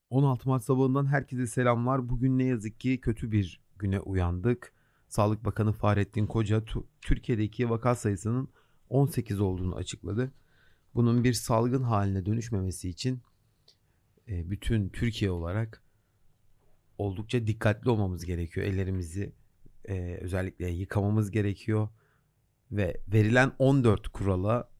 16 Mart sabahından herkese selamlar. Bugün ne yazık ki kötü bir güne uyandık. Sağlık Bakanı Fahrettin Koca Türkiye'deki vaka sayısının 18 olduğunu açıkladı. Bunun bir salgın haline dönüşmemesi için bütün Türkiye olarak oldukça dikkatli olmamız gerekiyor. Ellerimizi özellikle yıkamamız gerekiyor ve verilen 14 kurala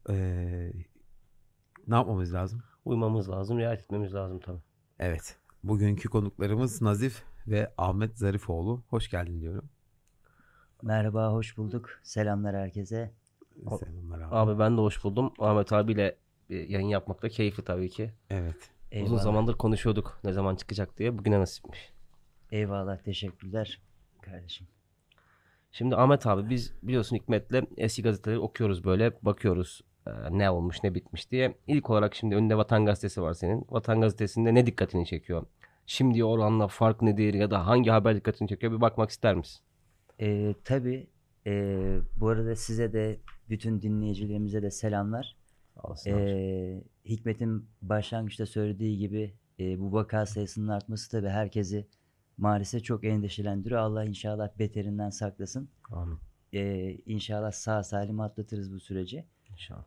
ne yapmamız lazım? Uymamız lazım, riayet etmemiz lazım tabii. Evet. Bugünkü konuklarımız Nazif ve Ahmet Zarifoğlu. Hoş geldin diyorum. Merhaba, hoş bulduk. Selamlar herkese. Selamlar abi. Abi ben de hoş buldum. Ahmet abiyle yayın yapmak da keyifli tabii ki. Evet. Eyvallah. Uzun zamandır konuşuyorduk ne zaman çıkacak diye. Bugüne nasipmiş. Eyvallah, teşekkürler kardeşim. Şimdi Ahmet abi biz biliyorsun Hikmet'le eski gazeteleri okuyoruz böyle. Bakıyoruz ne olmuş ne bitmiş diye. İlk olarak şimdi önünde Vatan Gazetesi var senin. Vatan Gazetesi'nde ne dikkatini çekiyor? Şimdi oranla fark nedir ya da hangi haber dikkatini çekiyor? Bir bakmak ister misin? Tabii, bu arada size de bütün dinleyicilerimize de selamlar. Olsun abi. Hikmet'in başlangıçta söylediği gibi bu vaka sayısının artması tabii herkesi maalesef çok endişelendiriyor. Allah inşallah beterinden saklasın. Amin. İnşallah sağ salim atlatırız bu süreci. İnşallah.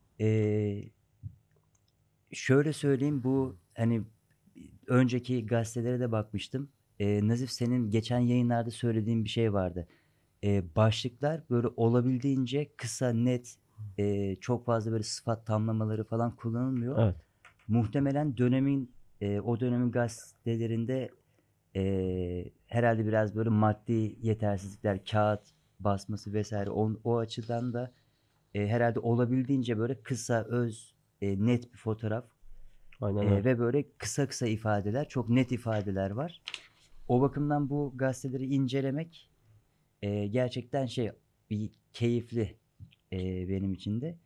Şöyle söyleyeyim, bu hani önceki gazetelere de bakmıştım. Nazif, senin geçen yayınlarda söylediğin bir şey vardı. Başlıklar böyle olabildiğince kısa, net, çok fazla böyle sıfat tamlamaları falan kullanılmıyor. Evet. Muhtemelen o dönemin gazetelerinde herhalde biraz böyle maddi yetersizlikler, kağıt basması vesaire, o açıdan da herhalde olabildiğince böyle kısa, öz, net bir fotoğraf Aynen öyle. ve böyle kısa kısa ifadeler, çok net ifadeler var. O bakımdan bu gazeteleri incelemek gerçekten bir keyifli benim için de.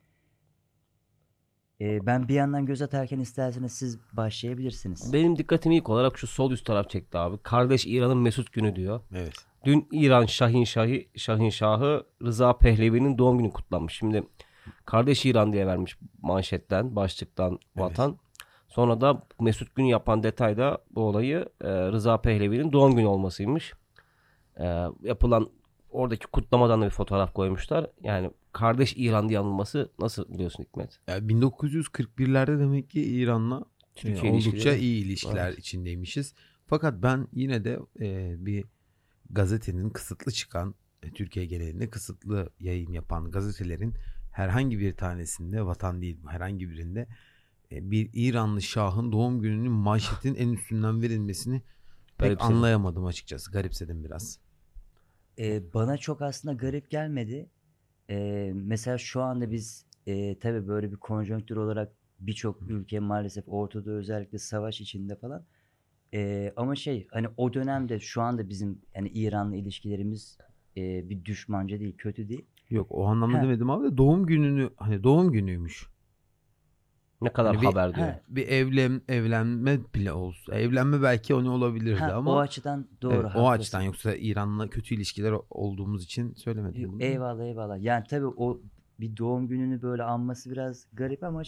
Ben bir yandan göz atarken isterseniz siz başlayabilirsiniz. Benim dikkatimi ilk olarak şu sol üst taraf çekti abi. Kardeş İran'ın Mesut günü diyor. Evet. Dün İran Şahinşahı Rıza Pehlevi'nin doğum günü kutlanmış. Şimdi kardeş İran diye vermiş manşetten, başlıktan Vatan. Sonra da Mesut günü yapan detayda bu olayı Rıza Pehlevi'nin doğum günü olmasıymış. Yapılan oradaki kutlamadan da bir fotoğraf koymuşlar. Yani kardeş İran diye anılması nasıl biliyorsun Hikmet? Yani 1941'lerde demek ki İran'la Türkiye oldukça ilişkileri. iyi ilişkiler Evet. içindeymişiz. Fakat ben yine de bir gazetenin kısıtlı çıkan, Türkiye genelinde kısıtlı yayın yapan gazetelerin herhangi bir tanesinde, Vatan değil herhangi birinde bir İranlı şahın doğum gününün manşetin en üstünden verilmesini pek Garipsedim. anlayamadım açıkçası. Garipsedim biraz. Bana çok aslında garip gelmedi. Mesela şu anda biz tabii böyle bir konjonktür olarak birçok ülke maalesef ortada, özellikle savaş içinde falan. Ama hani o dönemde şu anda bizim yani İran'la ilişkilerimiz bir düşmanca değil, kötü değil. Yok, o anlamda Ha. demedim abi de doğum gününü, hani doğum günüymüş. Ne kadar Hani haber diyor. bir evlenme bile olsa. Evlenme belki onu olabilirdi ama O açıdan doğru, evet, o haklısın. açıdan, yoksa İran'la kötü ilişkiler olduğumuz için söylemedim bunu. Eyvallah eyvallah. Yani tabii o bir doğum gününü böyle anması biraz garip ama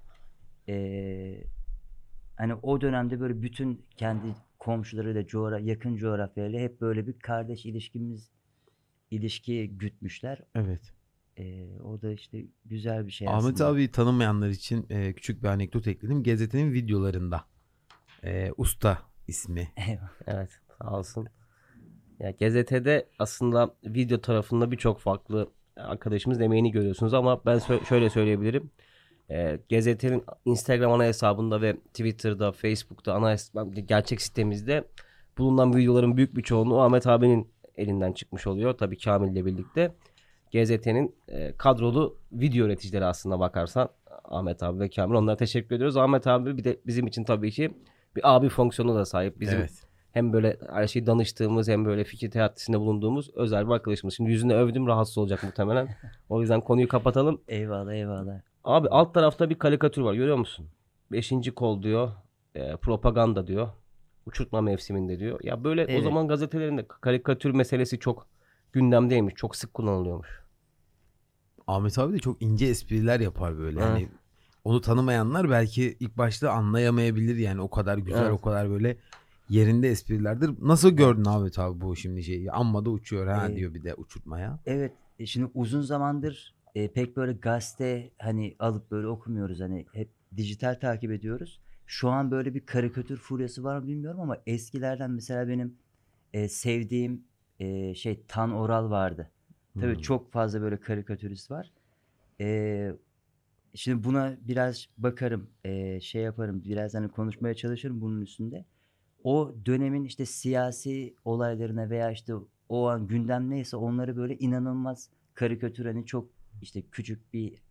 hani o dönemde böyle bütün kendi komşularıyla yakın coğrafyayla hep böyle bir kardeş ilişki gütmüşler. Evet. O da işte güzel bir şey Ahmet aslında. abi tanımayanlar için küçük bir anekdot ekledim. Gazetenin videolarında usta ismi. Eyvallah. Evet, sağ olsun. Ya GZT'de aslında video tarafında birçok farklı arkadaşımız emeğini görüyorsunuz ama ben şöyle söyleyebilirim. GZT'nin Instagram ana hesabında ve Twitter'da, Facebook'ta gerçek sitemizde bulunan videoların büyük bir çoğunluğu Ahmet abinin elinden çıkmış oluyor. Tabii Kamil ile birlikte. GZT'nin kadrolu video üreticileri aslında bakarsan Ahmet abi ve Kamil, onlara teşekkür ediyoruz. Ahmet abi bir de bizim için tabii ki bir abi fonksiyonu da sahip. Bizim Evet. hem böyle her şeyi danıştığımız hem böyle fikir teatisinde bulunduğumuz özel bir arkadaşımız. Şimdi yüzünü övdüm, rahatsız olacak muhtemelen. O yüzden konuyu kapatalım. Eyvallah eyvallah. Abi alt tarafta bir karikatür var, görüyor musun? 5. kol diyor. Propaganda diyor. Uçurtma mevsiminde diyor. Ya böyle Evet. o zaman gazetelerinde karikatür meselesi çok gündemdeymiş. Çok sık kullanılıyormuş. Ahmet abi de çok ince espriler yapar böyle. Evet. Hani onu tanımayanlar belki ilk başta anlayamayabilir yani o kadar güzel, Evet. o kadar böyle yerinde esprilerdir. Nasıl gördün Ahmet abi bu şimdi şeyi? Amma da uçuyor ha diyor bir de uçurtmaya. Evet, şimdi uzun zamandır pek böyle gazete hani alıp böyle okumuyoruz, hani hep dijital takip ediyoruz. Şu an böyle bir karikatür furyası var mı bilmiyorum ama eskilerden mesela benim sevdiğim şey Tan Oral vardı. Tabii çok fazla böyle karikatürist var. E, Şimdi buna biraz bakarım, şey yaparım, biraz hani konuşmaya çalışırım bunun üstünde. O dönemin işte siyasi olaylarına veya işte o an gündem neyse onları böyle inanılmaz karikatür, hani çok işte küçük bir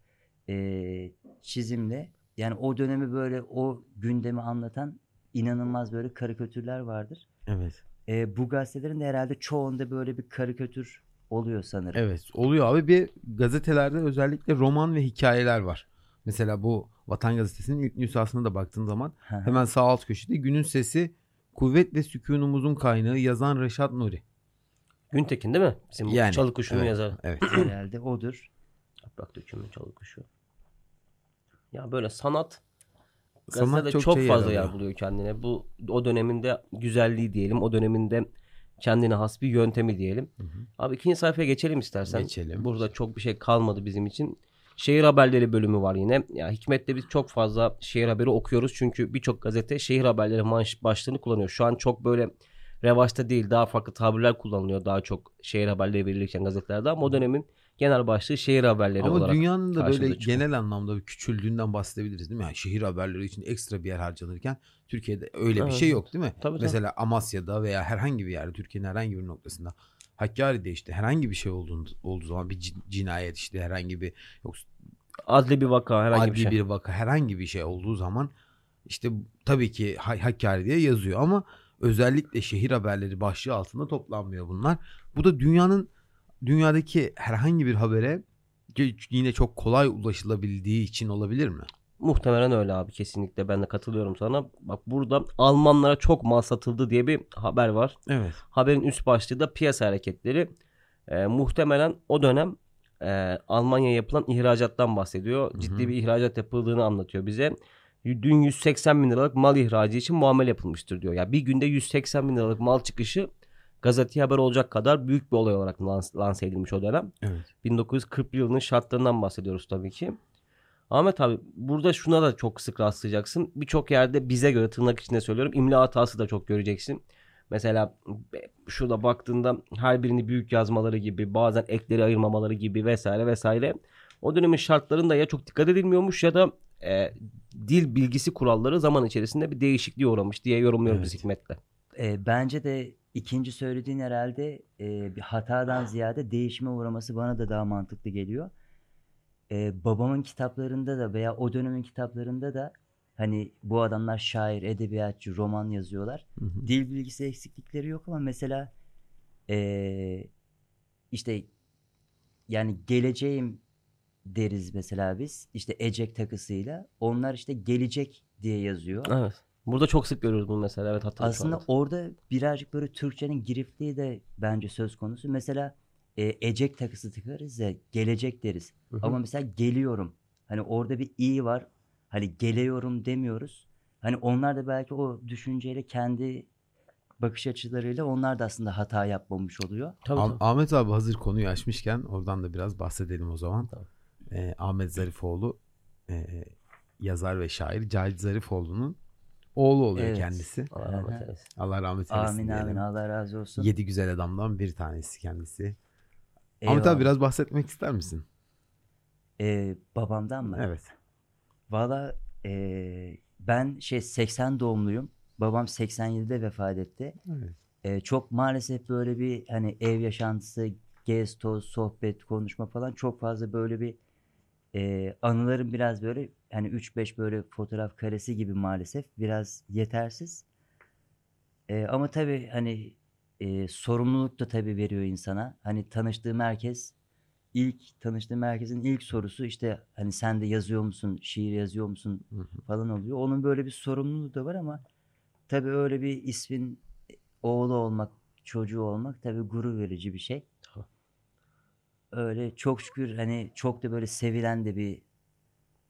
çizimle, yani o dönemi böyle o gündemi anlatan inanılmaz böyle karikatürler vardır. Evet. Bu gazetelerin de herhalde çoğunda böyle bir karikatür oluyor sanırım. Evet oluyor abi. Bir gazetelerde özellikle roman ve hikayeler var. Mesela bu Vatan Gazetesi'nin ilk nüshasına da baktığın zaman Hı hı. hemen sağ alt köşede günün sesi, kuvvet ve sükunumuzun kaynağı yazan Reşat Nuri. Güntekin değil mi? Bizim Yani Çalı Kuşu'nun evet, yazarı. evet. Herhalde odur. Yaprak Dökümü, Çalı Kuşu. Ya böyle sanat Sanat gazetede çokça çok yer fazla alıyor. yer buluyor kendine. Bu o döneminde güzelliği diyelim. O döneminde kendine has bir yöntemi diyelim. Abi ikinci sayfaya geçelim istersen. Geçelim. Burada çok bir şey kalmadı bizim için. Şehir haberleri bölümü var yine. Ya Hikmet'te biz çok fazla şehir haberi okuyoruz. Çünkü birçok gazete şehir haberleri başlığını kullanıyor. Şu an çok böyle revaçta değil. Daha farklı tabirler kullanılıyor. Daha çok şehir haberleri verilirken gazetelerde. Ama o dönemin genel başlığı şehir haberleri Ama olarak dünyanın da böyle karşımıza çıkıyor. genel anlamda bir küçüldüğünden bahsedebiliriz değil mi? Yani şehir haberleri için ekstra bir yer harcanırken Türkiye'de öyle bir şey yok değil mi? Tabii, Mesela Amasya'da veya herhangi bir yerde, Türkiye'nin herhangi bir noktasında, Hakkari'de işte herhangi bir şey olduğu zaman, bir cinayet işte, herhangi bir, yok Adli bir vaka, herhangi bir adli şey. bir vaka, herhangi bir şey olduğu zaman işte tabii ki Hakkari diye yazıyor ama özellikle şehir haberleri başlığı altında toplanmıyor bunlar. Bu da dünyadaki herhangi bir habere yine çok kolay ulaşılabildiği için olabilir mi? Muhtemelen öyle abi, kesinlikle ben de katılıyorum sana. Bak burada Almanlara çok mal satıldı diye bir haber var. Evet. Haberin üst başlığı da piyasa hareketleri. Muhtemelen o dönem Almanya'ya yapılan ihracattan bahsediyor. Ciddi bir ihracat yapıldığını anlatıyor bize. Dün 180 bin liralık mal ihracı için muamele yapılmıştır diyor. Ya bir günde 180 bin liralık mal çıkışı gazeteye haber olacak kadar büyük bir olay olarak lanse edilmiş o dönem. Evet. 1941 yılının şartlarından bahsediyoruz tabii ki. Ahmet abi burada şuna da çok sık rastlayacaksın. Birçok yerde bize göre, tırnak içinde söylüyorum, imla hatası da çok göreceksin. Mesela şurada baktığında her birini büyük yazmaları gibi, bazen ekleri ayırmamaları gibi vesaire vesaire. O dönemin şartlarında ya çok dikkat edilmiyormuş ya da dil bilgisi kuralları zaman içerisinde bir değişikliğe uğramış diye yorumluyoruz biz Evet. Hikmet'le. Bence de ikinci söylediğin herhalde bir hatadan ziyade değişime uğraması bana da daha mantıklı geliyor. Babamın kitaplarında da veya o dönemin kitaplarında da hani bu adamlar şair, edebiyatçı, roman yazıyorlar. Dil bilgisi eksiklikleri yok ama mesela işte yani geleceğim deriz mesela biz. İşte ecek takısıyla. Onlar işte gelecek diye yazıyor. Evet. Burada çok sık görüyoruz bunu mesela. Evet, hatırladım şu Aslında anda. orada birazcık böyle Türkçenin girifliği de bence söz konusu. Mesela ecek takısı tıkarız ya, gelecek deriz. Ama mesela geliyorum. Hani orada bir i var. Hani geliyorum demiyoruz. Hani onlar da belki o düşünceyle, kendi bakış açılarıyla onlar da aslında hata yapmamış oluyor. Tabii tabii. Ahmet abi hazır konuyu açmışken oradan da biraz bahsedelim o zaman. Tamam. Ahmet Zarifoğlu yazar ve şair. Cahit Zarifoğlu'nun oğlu oluyor Evet. kendisi. Allah rahmet eylesin. Allah rahmet eylesin Amin amin, diyelim. Allah razı olsun. 7 güzel adamdan bir tanesi kendisi. Eyvallah. Ahmet abi biraz bahsetmek ister misin? Babamdan mı? Evet. Valla ben 80 doğumluyum. Babam 87'de vefat etti. Evet. Çok maalesef böyle bir hani ev yaşantısı, gez, toz, sohbet, konuşma falan çok fazla böyle bir anılarım biraz böyle hani 3-5 böyle fotoğraf karesi gibi, maalesef biraz yetersiz. Ama tabii hani sorumluluk da tabii veriyor insana. Hani tanıştığım herkesin ilk sorusu işte hani sen de yazıyor musun, şiir yazıyor musun falan oluyor. Onun böyle bir sorumluluğu da var ama tabii öyle bir ismin oğlu olmak, çocuğu olmak tabii gurur verici bir şey. Öyle çok şükür hani çok da böyle sevilen de bir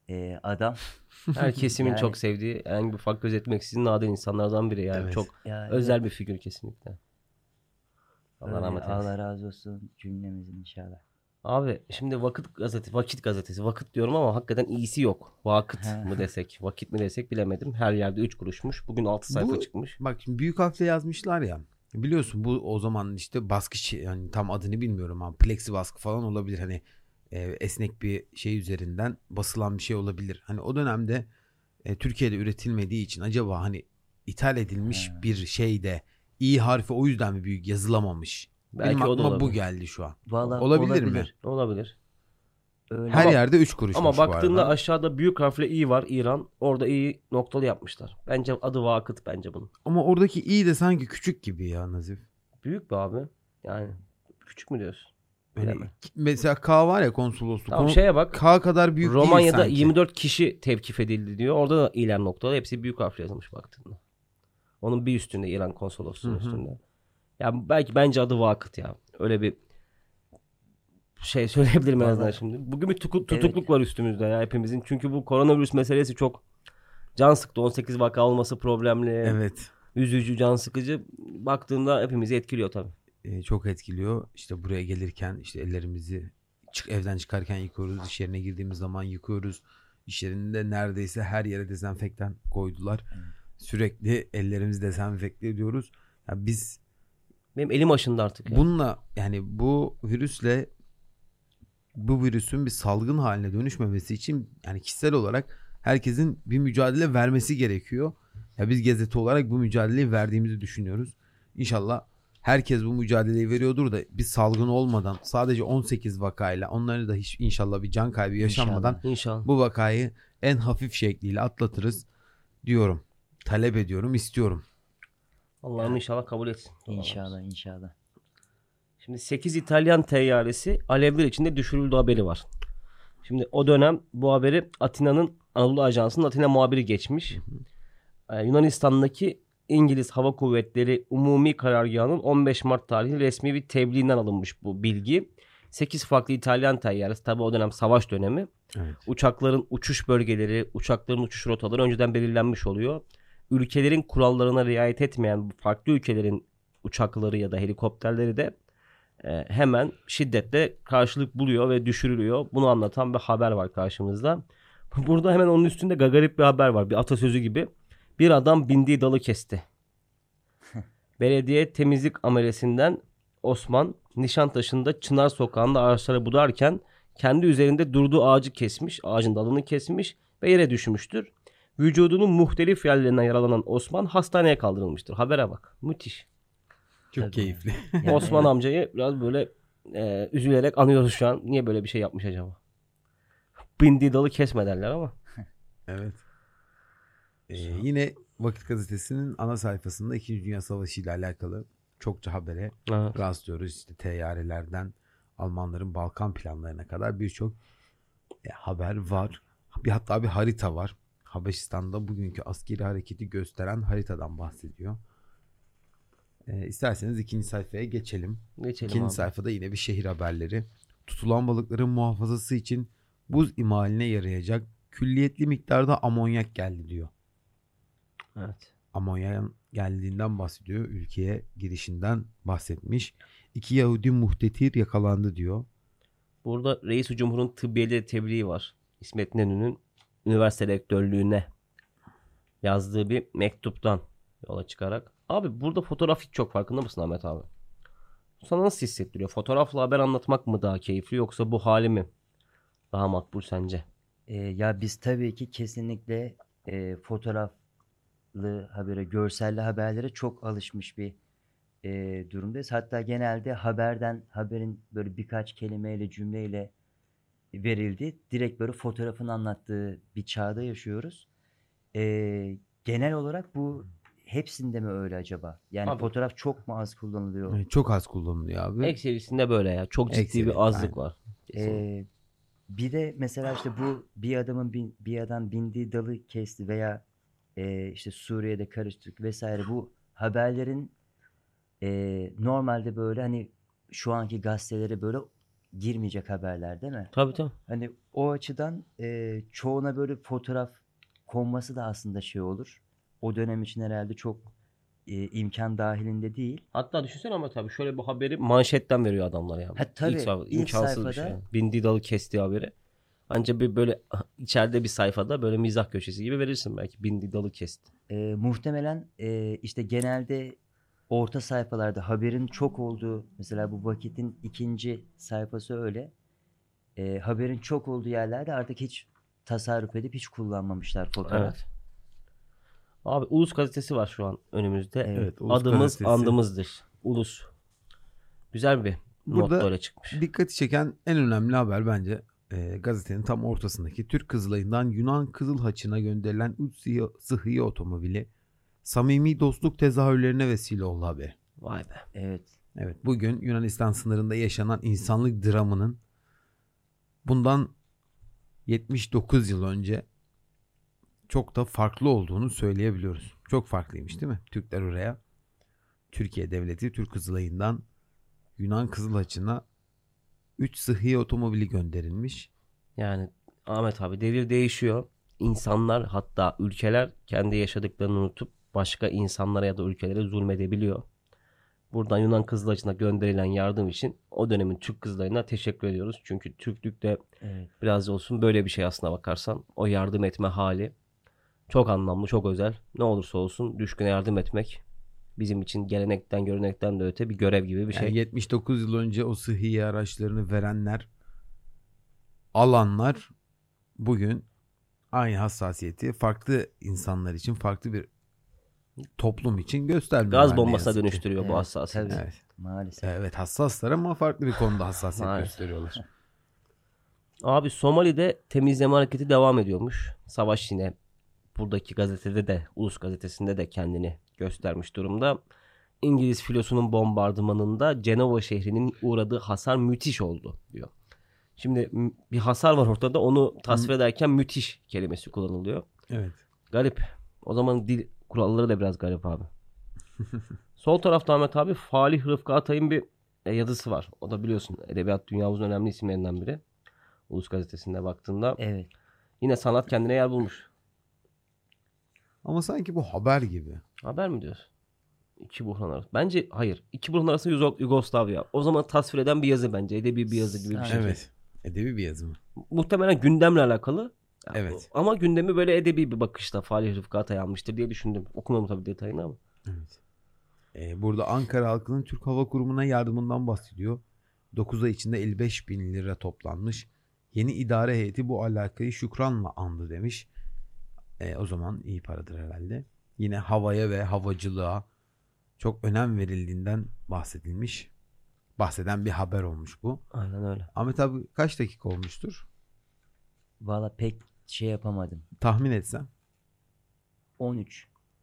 adam. Her kesimin Yani- çok sevdiği, herhangi bir fark gözetmeksizin nadir insanlardan biri yani. Evet. Çok Ya, özel evet, bir figür kesinlikle. Allah öyle. rahmet eylesin. Allah razı olsun cümlemizin inşallah. Abi şimdi Vakit gazetesi. Vakit diyorum ama hakikaten iyisi yok. Vakıt mı desek, vakit mi desek bilemedim. Her yerde 3 kuruşmuş. Bugün 6 sayfa Bu- çıkmış. Bak şimdi büyük harfle yazmışlar ya. Biliyorsun bu o zaman işte baskı yani tam adını bilmiyorum ama plexi baskı falan olabilir. Hani esnek bir şey üzerinden basılan bir şey olabilir. Hani o dönemde Türkiye'de üretilmediği için acaba hani ithal edilmiş bir şeyde i harfi o yüzden mi büyük yazılamamış? Belki Benim o da aklıma bu olabilir. geldi şu an. Vallahi Olabilir mi? Olabilir. Öyle. Her Ama- yerde 3 kuruşmuş Ama bu baktığında arada. aşağıda büyük harfle i var, İran. Orada i noktalı yapmışlar. Bence adı Vakıt bence bunun. Ama oradaki i de sanki küçük gibi ya Nazif. Büyük be abi. Yani küçük mü diyorsun? Hani Bilemem. mesela K var ya konsolosluk. Tamam şeye bak. K kadar büyük değil Romanya'da sanki. 24 kişi tevkif edildi diyor. Orada da İran noktalı. Hepsi büyük harfle yazılmış baktığında. Onun bir üstünde İran konsolosluğunun üstünde. Ya belki bence adı Vakıt ya. Öyle bir şey söyleyebilirim en azından Vallahi- şimdi. Bugün bir tutukluk var üstümüzde ya hepimizin. Çünkü bu koronavirüs meselesi çok can sıktı. 18 vaka olması problemli. Evet. Üzücü, can sıkıcı. Baktığında hepimizi etkiliyor tabii. Çok etkiliyor. İşte buraya gelirken işte ellerimizi evden çıkarken yıkıyoruz. İş yerine girdiğimiz zaman yıkıyoruz. İş yerinde neredeyse her yere dezenfektan koydular. Sürekli ellerimizi dezenfekte ediyoruz. Ya biz Benim elim aşındı artık ya. bununla yani bu virüsün bir salgın haline dönüşmemesi için yani kişisel olarak herkesin bir mücadele vermesi gerekiyor. Ya biz gazete olarak bu mücadeleyi verdiğimizi düşünüyoruz. İnşallah herkes bu mücadeleyi veriyordur da bir salgın olmadan sadece 18 vakayla onları da hiç inşallah bir can kaybı yaşanmadan İnşallah. bu vakayı en hafif şekliyle atlatırız diyorum. Talep ediyorum, istiyorum. Allah'ım inşallah kabul etsin. İnşallah inşallah. Şimdi 8 İtalyan teyyaresi alevler içinde düşürüldü haberi var. Şimdi o dönem bu haberi Atina'nın Anadolu Ajansı'nın Atina muhabiri geçmiş. Yunanistan'daki İngiliz Hava Kuvvetleri Umumi Karargahı'nın 15 Mart tarihli resmi bir tebliğinden alınmış bu bilgi. 8 farklı İtalyan teyyaresi, tabi o dönem savaş dönemi. Evet. Uçakların uçuş bölgeleri, uçakların uçuş rotaları önceden belirlenmiş oluyor. Ülkelerin kurallarına riayet etmeyen farklı ülkelerin uçakları ya da helikopterleri de hemen şiddetle karşılık buluyor ve düşürülüyor. Bunu anlatan bir haber var karşımızda. Burada hemen onun üstünde gagarip bir haber var. Bir atasözü gibi. Bir adam bindiği dalı kesti. Belediye temizlik amelesinden Osman Nişantaşı'nda Çınar Sokağı'nda ağaçları budarken kendi üzerinde durduğu ağacı kesmiş. Ağacın dalını kesmiş ve yere düşmüştür. Vücudunun muhtelif yerlerinden yaralanan Osman hastaneye kaldırılmıştır. Habere bak. Müthiş. Çok Tabii. keyifli. Yani Osman evet. amcayı biraz böyle üzülerek anıyoruz şu an. Niye böyle bir şey yapmış acaba? Bindiği dalı kesme derler ama. Evet. Yine Vakit Gazetesi'nin ana sayfasında 2. Dünya Savaşı ile alakalı çokça habere Evet. rastlıyoruz. İşte teyyarelerden Almanların Balkan planlarına kadar birçok haber var. Hatta bir harita var. Habeşistan'da bugünkü askeri hareketi gösteren haritadan bahsediyor. İsterseniz ikinci sayfaya geçelim. Geçelim İkinci abi. sayfada yine bir şehir haberleri. Tutulan balıkların muhafazası için buz imaline yarayacak külliyetli miktarda amonyak geldi diyor. Evet. Amonyak'ın geldiğinden bahsediyor. Ülkeye girişinden bahsetmiş. 2 Yahudi muhtetir yakalandı diyor. Burada Reis-i Cumhur'un tıbbiyeli tebliği var. İsmet İnönü'nün üniversite rektörlüğüne yazdığı bir mektuptan yola çıkarak. Abi burada fotoğraf hiç çok farkında mısın Ahmet abi? Sana nasıl hissettiriyor? Fotoğrafla haber anlatmak mı daha keyifli yoksa bu hali mi daha makbul sence? Ya biz tabii ki kesinlikle fotoğraflı habere, görselli haberlere çok alışmış bir durumdayız. Hatta genelde haberin böyle birkaç kelimeyle, cümleyle verildi. Direkt böyle fotoğrafın anlattığı bir çağda yaşıyoruz. Genel olarak bu hepsinde mi öyle acaba? Yani Abi- fotoğraf çok mu az kullanılıyor? Çok az kullanılıyor abi. Ekserisinde böyle ya. Çok ciddi Ekserisi, bir azlık aynen. var. Kesinlikle. Bir de mesela işte bu bir adam bindiği dalı kesti veya işte Suriye'de karıştık vesaire, bu haberlerin normalde böyle hani şu anki gazetelere böyle girmeyecek haberler değil mi? Tabii tabii. Hani o açıdan çoğuna böyle fotoğraf konması da aslında şey olur. O dönem için herhalde çok imkan dahilinde değil. Hatta düşünsene ama tabii şöyle bir haberi manşetten veriyor adamlar yani. Ha, tabii, ilk imkansız bir şey. sayfada- Yani. Bindiği dalı kestiği haberi. Ancak bir böyle içeride bir sayfada böyle mizah köşesi gibi verirsin belki. Bindiği dalı kesti. Muhtemelen işte genelde orta sayfalarda haberin çok olduğu, mesela bu Vakit'in ikinci sayfası öyle. Haberin çok olduğu yerlerde artık hiç tasarruf edip hiç kullanmamışlar fotoğraf. Evet. Abi Ulus gazetesi var şu an önümüzde. Evet, Ulus Adımız gazetesi. andımızdır. Ulus. Güzel bir Burada motto öyle çıkmış. dikkati çeken en önemli haber bence gazetenin tam ortasındaki Türk Kızılay'ından Yunan Kızıl Haçı'na gönderilen 3 sıhhi otomobili samimi dostluk tezahürlerine vesile oldu haberi. Vay be. Evet. Evet, bugün Yunanistan sınırında yaşanan insanlık dramının bundan 79 yıl önce çok da farklı olduğunu söyleyebiliyoruz. Çok farklıymış değil mi? Türkler oraya, Türkiye Devleti Türk Kızılay'ından Yunan Kızıl Haçı'na 3 sıhhi otomobili gönderilmiş. Yani Ahmet abi devir değişiyor. İnsanlar hatta ülkeler kendi yaşadıklarını unutup başka insanlara ya da ülkelere zulmedebiliyor. Buradan Yunan Kızılayı'na gönderilen yardım için o dönemin Türk Kızılayı'na teşekkür ediyoruz. Çünkü Türklük de Evet. biraz da olsun böyle bir şey aslına bakarsan. O yardım etme hali çok anlamlı, çok özel. Ne olursa olsun düşküne yardım etmek bizim için gelenekten, görenekten de öte bir görev gibi bir şey. Yani 79 yıl önce o sıhhi araçlarını verenler, alanlar bugün aynı hassasiyeti farklı insanlar için, farklı bir toplum için göstermiyorlar. Gaz ne bombasına yazık ki. dönüştürüyor bu Evet, hassasiyeti. tabii. Evet. Maalesef. Evet, hassaslar ama farklı bir konuda hassasiyet Maalesef. gösteriyorlar. Abi Somali'de temizleme hareketi devam ediyormuş. Savaş yine buradaki gazetede de, Ulus gazetesinde de kendini göstermiş durumda. İngiliz filosunun bombardımanında Cenova şehrinin uğradığı hasar müthiş oldu diyor. Şimdi bir hasar var ortada, onu tasvir ederken müthiş kelimesi kullanılıyor. Evet. Garip. O zaman dil kuralları da biraz garip abi. Sol tarafta Ahmet abi Falih Rıfkı Atay'ın bir yazısı var. O da biliyorsun edebiyat dünyamızın önemli isimlerinden biri. Ulus gazetesinde baktığında. Evet. Yine sanat kendine yer bulmuş. Ama sanki bu haber gibi. Haber mi diyorsun? İki buhran arası. Bence hayır. İki buhran arası Yugoslavya. O zaman tasvir eden bir yazı bence. Edebi bir yazı gibi bir şey. Evet. Edebi bir yazı mı? Muhtemelen gündemle alakalı. Evet. Ama gündemi böyle edebi bir bakışla Falih Rıfkı Atay almıştır diye düşündüm. Okumam tabii detayını ama. Evet. Burada Ankara halkının Türk Hava Kurumu'na yardımından bahsediyor. 9 ay içinde 55 bin lira toplanmış. Yeni idare heyeti bu alakayı şükranla andı demiş. O zaman iyi paradır herhalde. Yine havaya ve havacılığa çok önem verildiğinden bahsedilmiş. Bahseden bir haber olmuş bu. Aynen öyle. Ahmet abi kaç dakika olmuştur? Valla pek şey yapamadım. Tahmin etsem. 13.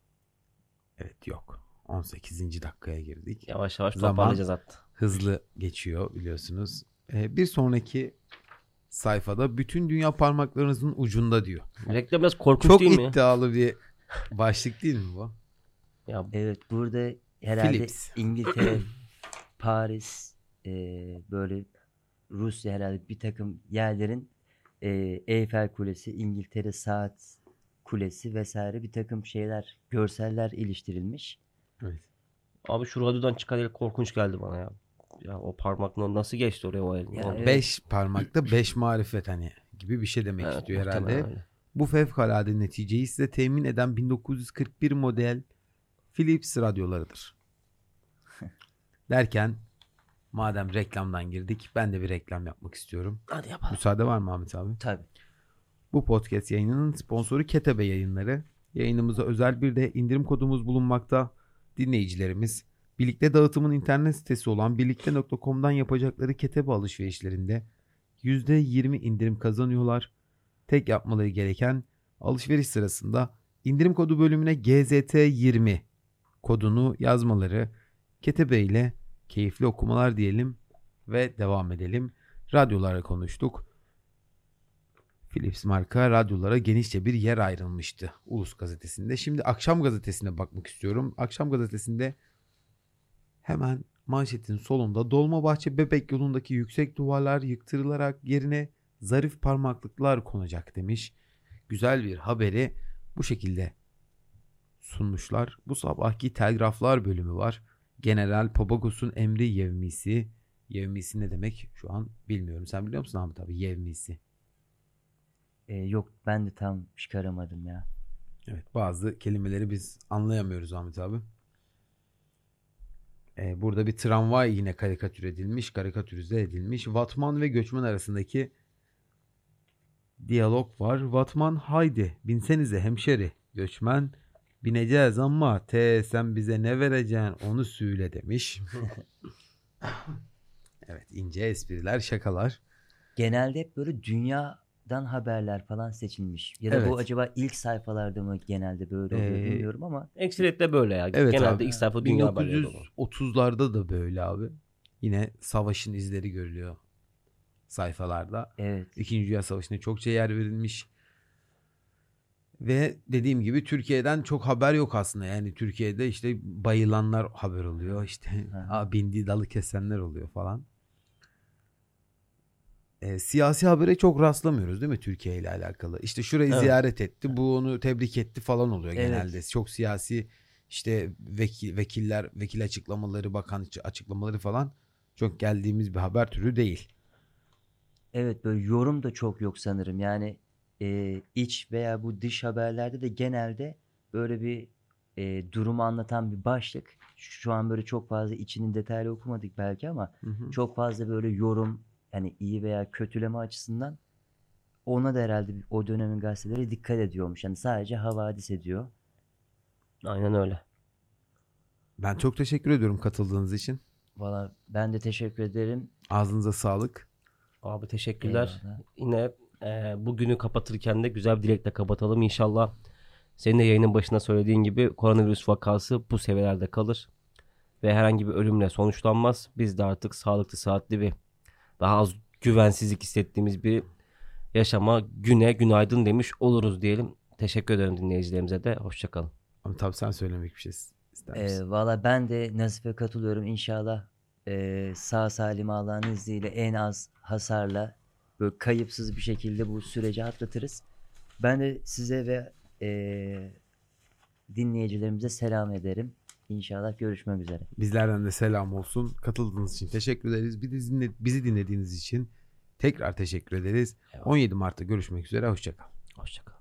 Evet, yok. 18. dakikaya girdik. Yavaş yavaş Zaman toparlayacağız hatta. hızlı geçiyor biliyorsunuz. Bir sonraki sayfada bütün dünya parmaklarınızın ucunda diyor. Reklam biraz korkunç Çok değil mi ya? iddialı bir başlık değil mi bu? Ya Evet, burada herhalde Philips. İngiltere, Paris, böyle Rusya, herhalde bir takım yerlerin Eyfel Kulesi, İngiltere Saat Kulesi vesaire bir takım şeyler, görseller iliştirilmiş. Evet. abi şu radyodan çıkan el korkunç geldi bana ya. Ya o parmakla nasıl geçti oraya o el? Ya Ne oldu? evet. 5 parmakta 5 marifet hani gibi bir şey demek Evet, istiyor muhtemelen herhalde. öyle. Bu fevkalade neticeyi size temin eden 1941 model Philips radyolarıdır. Derken madem reklamdan girdik, ben de bir reklam yapmak istiyorum. Hadi yapalım. Müsaade var mı Ahmet abi? Tabii. Bu podcast yayınının sponsoru Ketebe Yayınları. Yayınımıza özel bir de indirim kodumuz bulunmakta. Dinleyicilerimiz birlikte dağıtımın internet sitesi olan birlikte.com'dan yapacakları Ketebe alışverişlerinde %20 indirim kazanıyorlar. Tek yapmaları gereken alışveriş sırasında indirim kodu bölümüne GZT20 kodunu yazmaları. Ketebe ile keyifli okumalar diyelim ve devam edelim. Radyolarla konuştuk. Philips marka radyolara genişçe bir yer ayrılmıştı Ulus gazetesinde. Şimdi Akşam gazetesine bakmak istiyorum. Akşam gazetesinde hemen manşetin solunda Dolmabahçe Bebek yolundaki yüksek duvarlar yıktırılarak yerine zarif parmaklıklar konacak demiş. Güzel bir haberi bu şekilde sunmuşlar. Bu sabahki telgraflar bölümü var. General Papagos'un emri yevmisi. Yevmisi ne demek? Şu an bilmiyorum. Sen biliyor musun Ahmet abi yevmisi? Yok ben de tam çıkaramadım ya. Evet, bazı kelimeleri biz anlayamıyoruz Ahmet abi. Burada bir tramvay yine karikatürize edilmiş. Vatman ve göçmen arasındaki diyalog var. Vatman haydi binsenize hemşeri. Göçmen bineceğiz ama sen bize ne vereceksin onu söyle demiş. Evet, ince espriler, şakalar. Genelde hep böyle dünyadan haberler falan seçilmiş. Ya da Evet. bu acaba ilk sayfalarda mı genelde böyle oluyor bilmiyorum ama. Ekseriyetle böyle ya. Evet Genelde abi. ilk sayfa dünya haberleri dolu. 1930'larda da böyle abi. Yine savaşın izleri görülüyor sayfalarda. Evet. İkinci Dünya Savaşı'na çokça yer verilmiş. Ve dediğim gibi Türkiye'den çok haber yok aslında. Yani Türkiye'de işte bayılanlar haber oluyor. İşte bindiği dalı kesenler oluyor falan. Siyasi habere çok rastlamıyoruz değil mi Türkiye ile alakalı? İşte şurayı Evet. ziyaret etti, bu onu tebrik etti falan oluyor Evet. genelde. Çok siyasi işte vekil açıklamaları, bakan açıklamaları falan çok geldiğimiz bir haber türü değil. Evet böyle yorum da çok yok sanırım. Yani iç veya bu dış haberlerde de genelde böyle bir durumu anlatan bir başlık. Şu an böyle çok fazla içinin detaylı okumadık belki ama Hı hı. çok fazla böyle yorum yani iyi veya kötüleme açısından ona da herhalde o dönemin gazeteleri dikkat ediyormuş. Yani sadece havadis ediyor. Aynen öyle. Ben çok teşekkür ediyorum katıldığınız için. Valla ben de teşekkür ederim. Ağzınıza sağlık. Abi teşekkürler. Eyvallah. Yine bugünü kapatırken de güzel bir dilekle kapatalım. İnşallah senin de yayının başında söylediğin gibi koronavirüs vakası bu seviyelerde kalır. Ve herhangi bir ölümle sonuçlanmaz. Biz de artık sağlıklı, saatli bir daha az güvensizlik hissettiğimiz bir yaşama günaydın demiş oluruz diyelim. Teşekkür ederim dinleyicilerimize de. Hoşçakalın. Ama tabii sen söylemek bir şey ister misin? Valla ben de Nazif'e katılıyorum. İnşallah sağ salim Allah'ın izniyle en az hasarla böyle kayıpsız bir şekilde bu süreci atlatırız. Ben de size ve dinleyicilerimize selam ederim. İnşallah görüşmek üzere. Bizlerden de selam olsun. Katıldığınız için teşekkür ederiz. Bizi dinlediğiniz için tekrar teşekkür ederiz. Eyvallah. 17 Mart'ta görüşmek üzere. Hoşçakal. Hoşçakalın.